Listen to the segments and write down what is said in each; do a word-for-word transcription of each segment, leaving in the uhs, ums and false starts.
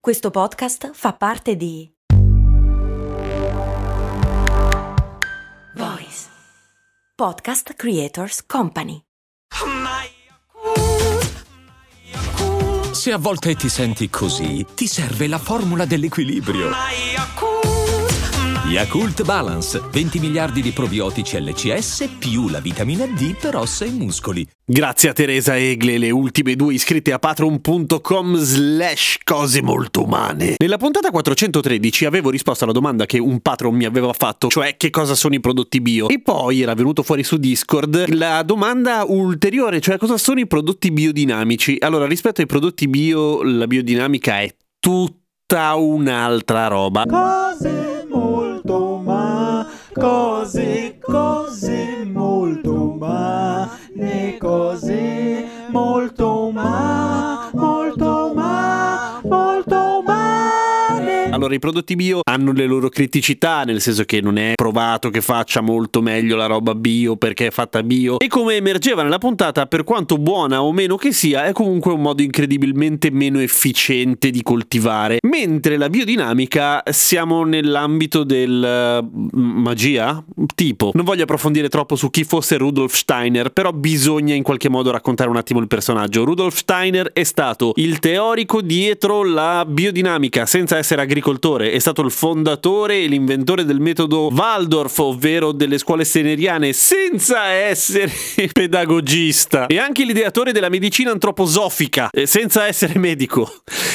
Questo podcast fa parte di Voice Podcast Creators Company. Se a volte ti senti così, ti serve la formula dell'equilibrio. Yakult Balance, venti miliardi di probiotici L C S più la vitamina D per ossa e muscoli. Grazie a Teresa Egle, le ultime due iscritte a patreon punto com slash cose molto umane. Nella puntata quattrocentotredici avevo risposto alla domanda che un patron mi aveva fatto, cioè che cosa sono i prodotti bio. E poi era venuto fuori su Discord la domanda ulteriore, cioè cosa sono i prodotti biodinamici. Allora, rispetto ai prodotti bio, la biodinamica è tutta un'altra roba. Cose molto umane, cose, cose molto umane, cose molto umane, molto umane, molto umane. Allora, i prodotti bio hanno le loro criticità, nel senso che non è provato che faccia molto meglio la roba bio perché è fatta bio, e come emergeva nella puntata, per quanto buona o meno che sia, è comunque un modo incredibilmente meno efficiente di coltivare. Mentre la biodinamica siamo nell'ambito del uh, magia? Tipo, non voglio approfondire troppo su chi fosse Rudolf Steiner, però bisogna in qualche modo raccontare un attimo il personaggio. Rudolf Steiner è stato il teorico dietro la biodinamica, senza essere agricoltore. È stato il fondatore e l'inventore del metodo Waldorf, ovvero delle scuole steineriane, senza essere pedagogista, e anche l'ideatore della medicina antroposofica, senza essere medico.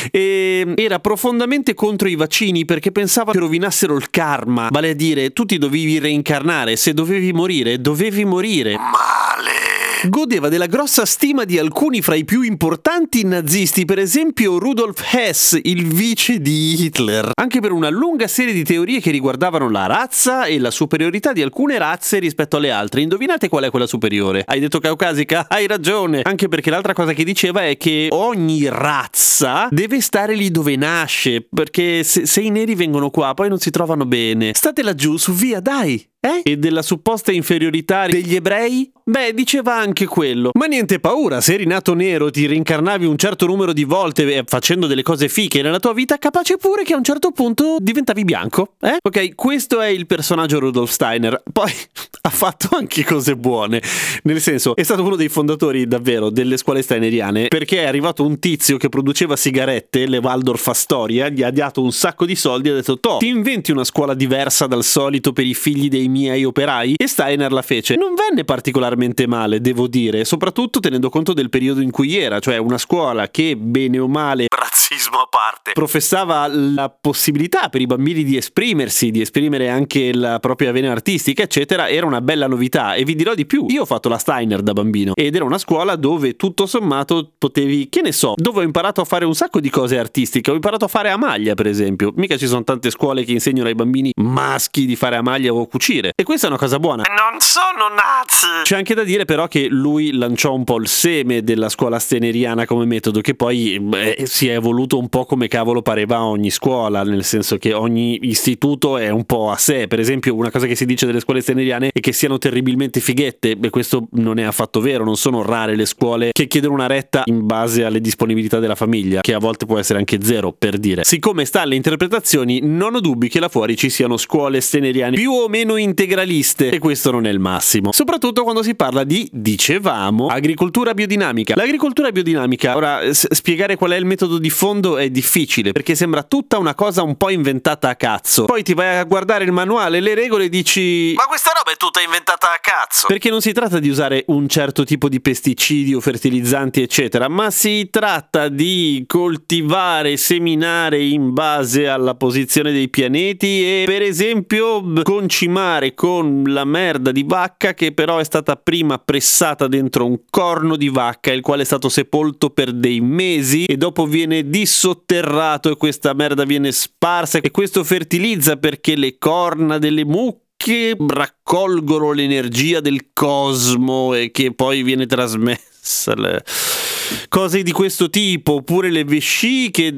E era profondamente contro i vaccini perché pensava che rovinassero il karma, vale a dire tu ti dovevi reincarnare, se dovevi morire, dovevi morire male. Godeva della grossa stima di alcuni fra i più importanti nazisti, per esempio Rudolf Hess, il vice di Hitler, anche per una lunga serie di teorie che riguardavano la razza e la superiorità di alcune razze rispetto alle altre. Indovinate qual è quella superiore? Hai detto caucasica? Hai ragione! Anche perché l'altra cosa che diceva è che ogni razza deve stare lì dove nasce, perché se, se i neri vengono qua poi non si trovano bene. State laggiù, su via, dai! Eh? E della supposta inferiorità degli ebrei? Beh, diceva anche quello. Ma niente paura, se eri nato nero, ti rincarnavi un certo numero di volte facendo delle cose fiche nella tua vita, capace pure che a un certo punto diventavi bianco, eh? Ok, questo è il personaggio Rudolf Steiner. Poi ha fatto anche cose buone, nel senso, è stato uno dei fondatori davvero delle scuole steineriane, perché è arrivato un tizio che produceva sigarette, le Waldorf Astoria, gli ha dato un sacco di soldi e ha detto: "Toh, ti inventi una scuola diversa dal solito per i figli dei miei operai?" E Steiner la fece. Non venne particolarmente male, devo dire, soprattutto tenendo conto del periodo in cui era, cioè una scuola che, bene o male, razzismo a parte, professava la possibilità per i bambini di esprimersi, di esprimere anche la propria vena artistica, eccetera. Era una bella novità, e vi dirò di più, io ho fatto la Steiner da bambino ed era una scuola dove tutto sommato potevi, che ne so, dove ho imparato a fare un sacco di cose artistiche. Ho imparato a fare a maglia, per esempio. Mica ci sono tante scuole che insegnano ai bambini maschi di fare a maglia o cucire, e questa è una cosa buona. Non sono nazi! C'è anche da dire però che lui lanciò un po' il seme della scuola steineriana come metodo, che poi beh, si è evoluto un po' come cavolo pareva a ogni scuola, nel senso che ogni istituto è un po' a sé. Per esempio, una cosa che si dice delle scuole steineriane è che siano terribilmente fighette, e questo non è affatto vero. Non sono rare le scuole che chiedono una retta in base alle disponibilità della famiglia, che a volte può essere anche zero, per dire. Siccome sta alle interpretazioni, non ho dubbi che là fuori ci siano scuole steineriane più o meno integraliste, e questo non è il massimo, soprattutto quando si parla di, dicevamo, agricoltura biodinamica. L'agricoltura biodinamica, ora s- spiegare qual è il metodo di fondo è difficile, perché sembra tutta una cosa un po' inventata a cazzo. Poi ti vai a guardare il manuale, le regole, e dici: ma questa roba è tutta inventata a cazzo. Perché non si tratta di usare un certo tipo di pesticidi o fertilizzanti eccetera, ma si tratta di coltivare, seminare in base alla posizione dei pianeti, e per esempio concimare con la merda di vacca che però è stata prima pressata dentro un corno di vacca, il quale è stato sepolto per dei mesi e dopo viene dissotterrato, e questa merda viene sparsa, e questo fertilizza perché le corna delle mucche che raccolgono l'energia del cosmo e che poi viene trasmessa. Le... cose di questo tipo, oppure le vesciche dei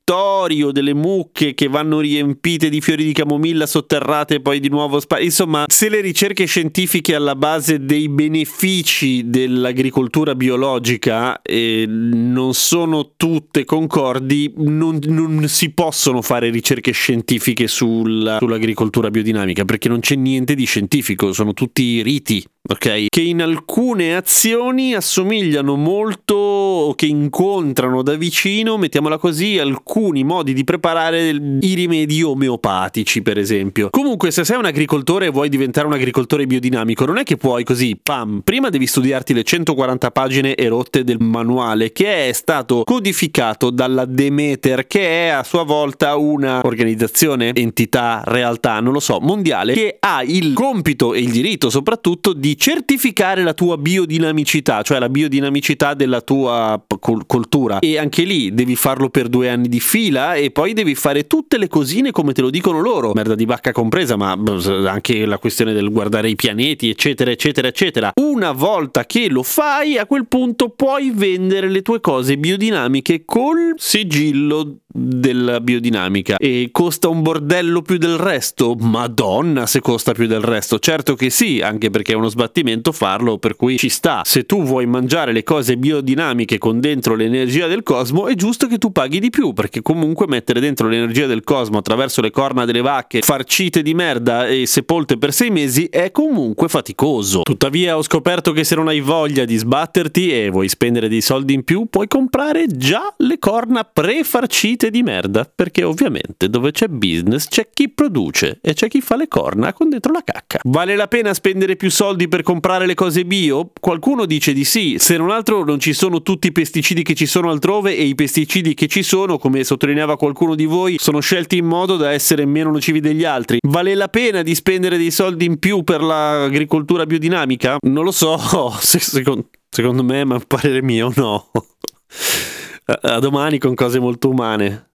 tori o delle mucche che vanno riempite di fiori di camomilla sotterrate e poi di nuovo spa- insomma, se le ricerche scientifiche alla base dei benefici dell'agricoltura biologica eh, non sono tutte concordi, non, non si possono fare ricerche scientifiche sul, sull'agricoltura biodinamica, perché non c'è niente di scientifico, sono tutti riti, ok? Che in alcune azioni assomigliano molto, o che incontrano da vicino, mettiamola così, alcuni modi di preparare i rimedi omeopatici, per esempio. Comunque, se sei un agricoltore e vuoi diventare un agricoltore biodinamico, non è che puoi così, pam, prima devi studiarti le centoquaranta pagine erotte del manuale, che è stato codificato dalla Demeter, che è a sua volta una organizzazione, entità, realtà, non lo so, mondiale, che ha il compito e il diritto soprattutto di certificare la tua biodinamicità, cioè la biodinamicità della tua col- coltura. E anche lì devi farlo per due anni di fila e poi devi fare tutte le cosine come te lo dicono loro, merda di vacca compresa, ma anche la questione del guardare i pianeti, eccetera, eccetera, eccetera. Una volta che lo fai, a quel punto puoi vendere le tue cose biodinamiche col sigillo della biodinamica. E costa un bordello più del resto? Madonna se costa più del resto, certo che sì, anche perché è uno sbattimento farlo, per cui ci sta. Se tu vuoi mangiare le cose biodinamiche con dentro l'energia del cosmo, è giusto che tu paghi di più, perché comunque mettere dentro l'energia del cosmo attraverso le corna delle vacche farcite di merda e sepolte per sei mesi è comunque faticoso. Tuttavia ho scoperto che se non hai voglia di sbatterti e vuoi spendere dei soldi in più, puoi comprare già le corna prefarcite di merda, perché ovviamente dove c'è business c'è chi produce e c'è chi fa le corna con dentro la cacca. Vale la pena spendere più soldi per comprare le cose bio? Qualcuno dice di sì, se non altro non ci sono tutti i pesticidi che ci sono altrove, e i pesticidi che ci sono, come sottolineava qualcuno di voi, sono scelti in modo da essere meno nocivi degli altri. Vale la pena di spendere dei soldi in più per l'agricoltura biodinamica? Non lo so, se, secondo, secondo me, ma parere mio no. A domani con cose molto umane.